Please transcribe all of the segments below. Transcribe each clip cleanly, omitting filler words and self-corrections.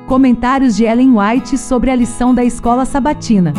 Comentários de Ellen White sobre a lição da Escola Sabatina.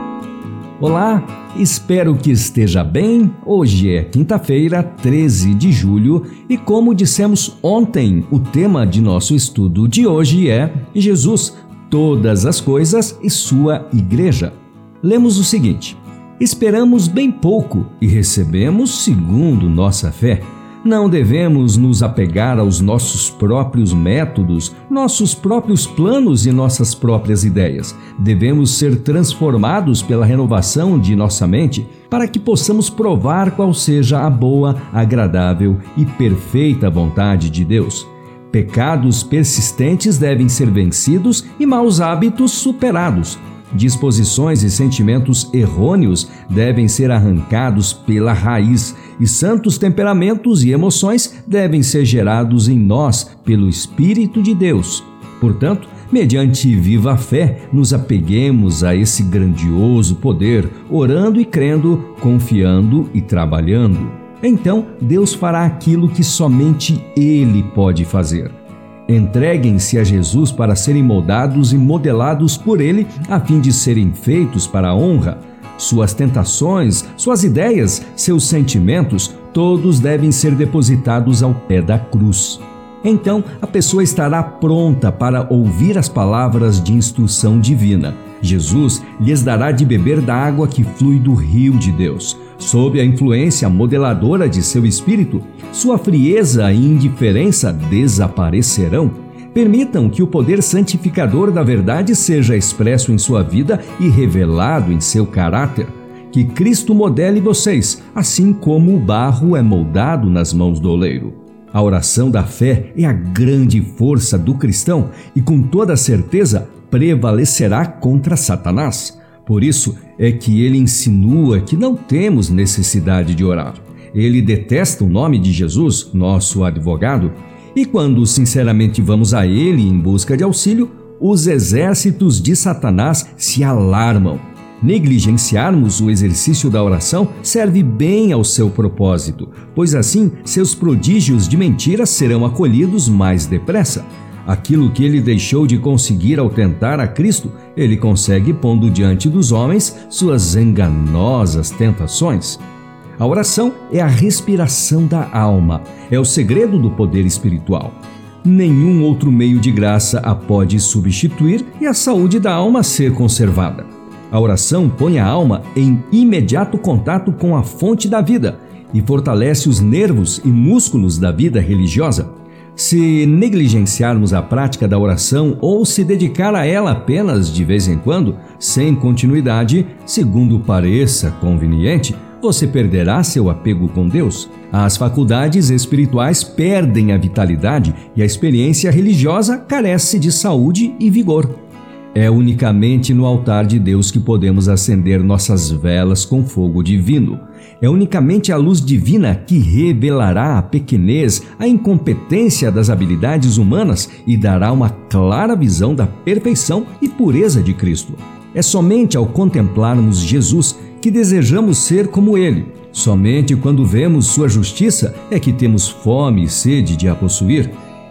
Olá, espero que esteja bem. Hoje é quinta-feira, 13 de julho, e como dissemos ontem, o tema de nosso estudo de hoje é Jesus, todas as coisas e sua igreja. Lemos o seguinte: esperamos bem pouco e recebemos segundo nossa fé. Não devemos nos apegar aos nossos próprios métodos, nossos próprios planos e nossas próprias ideias. Devemos ser transformados pela renovação de nossa mente para que possamos provar qual seja a boa, agradável e perfeita vontade de Deus. Pecados persistentes devem ser vencidos e maus hábitos superados. Disposições e sentimentos errôneos devem ser arrancados pela raiz e santos temperamentos e emoções devem ser gerados em nós pelo Espírito de Deus. Portanto, mediante viva fé, nos apeguemos a esse grandioso poder, orando e crendo, confiando e trabalhando. Então, Deus fará aquilo que somente Ele pode fazer. Entreguem-se a Jesus para serem moldados e modelados por Ele, a fim de serem feitos para a honra. Suas tentações, suas ideias, seus sentimentos, todos devem ser depositados ao pé da cruz. Então, a pessoa estará pronta para ouvir as palavras de instrução divina. Jesus lhes dará de beber da água que flui do rio de Deus. Sob a influência modeladora de seu espírito, sua frieza e indiferença desaparecerão. Permitam que o poder santificador da verdade seja expresso em sua vida e revelado em seu caráter. Que Cristo modele vocês, assim como o barro é moldado nas mãos do oleiro. A oração da fé é a grande força do cristão e, com toda certeza, prevalecerá contra Satanás. Por isso é que ele insinua que não temos necessidade de orar. Ele detesta o nome de Jesus, nosso advogado, e quando sinceramente vamos a ele em busca de auxílio, os exércitos de Satanás se alarmam. Negligenciarmos o exercício da oração serve bem ao seu propósito, pois assim seus prodígios de mentira serão acolhidos mais depressa. Aquilo que ele deixou de conseguir ao tentar a Cristo, ele consegue pondo diante dos homens suas enganosas tentações. A oração é a respiração da alma, é o segredo do poder espiritual. Nenhum outro meio de graça a pode substituir e a saúde da alma ser conservada. A oração põe a alma em imediato contato com a fonte da vida e fortalece os nervos e músculos da vida religiosa. Se negligenciarmos a prática da oração ou se dedicar a ela apenas de vez em quando, sem continuidade, segundo pareça conveniente, você perderá seu apego com Deus. As faculdades espirituais perdem a vitalidade e a experiência religiosa carece de saúde e vigor. É unicamente no altar de Deus que podemos acender nossas velas com fogo divino. É unicamente a luz divina que revelará a pequenez, a incompetência das habilidades humanas e dará uma clara visão da perfeição e pureza de Cristo. É somente ao contemplarmos Jesus que desejamos ser como Ele. Somente quando vemos sua justiça é que temos fome e sede de a possuir.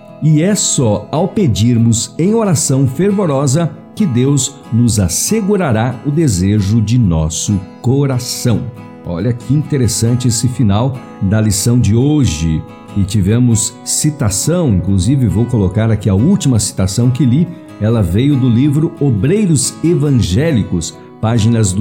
E é só ao pedirmos em oração fervorosa que Deus nos assegurará o desejo de nosso coração. Olha que interessante esse final da lição de hoje. E tivemos citação, inclusive vou colocar aqui a última citação que li, ela veio do livro Obreiros Evangélicos, páginas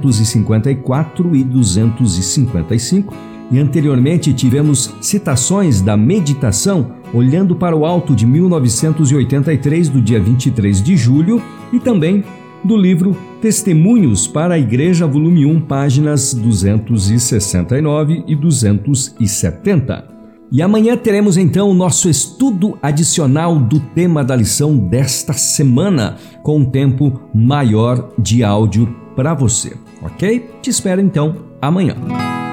254 e 255. E anteriormente tivemos citações da meditação Olhando para o Alto de 1983, do dia 23 de julho, e também do livro Testemunhos para a Igreja, volume 1, páginas 269 e 270. E amanhã teremos então o nosso estudo adicional do tema da lição desta semana, com um tempo maior de áudio para você, ok? Te espero então amanhã.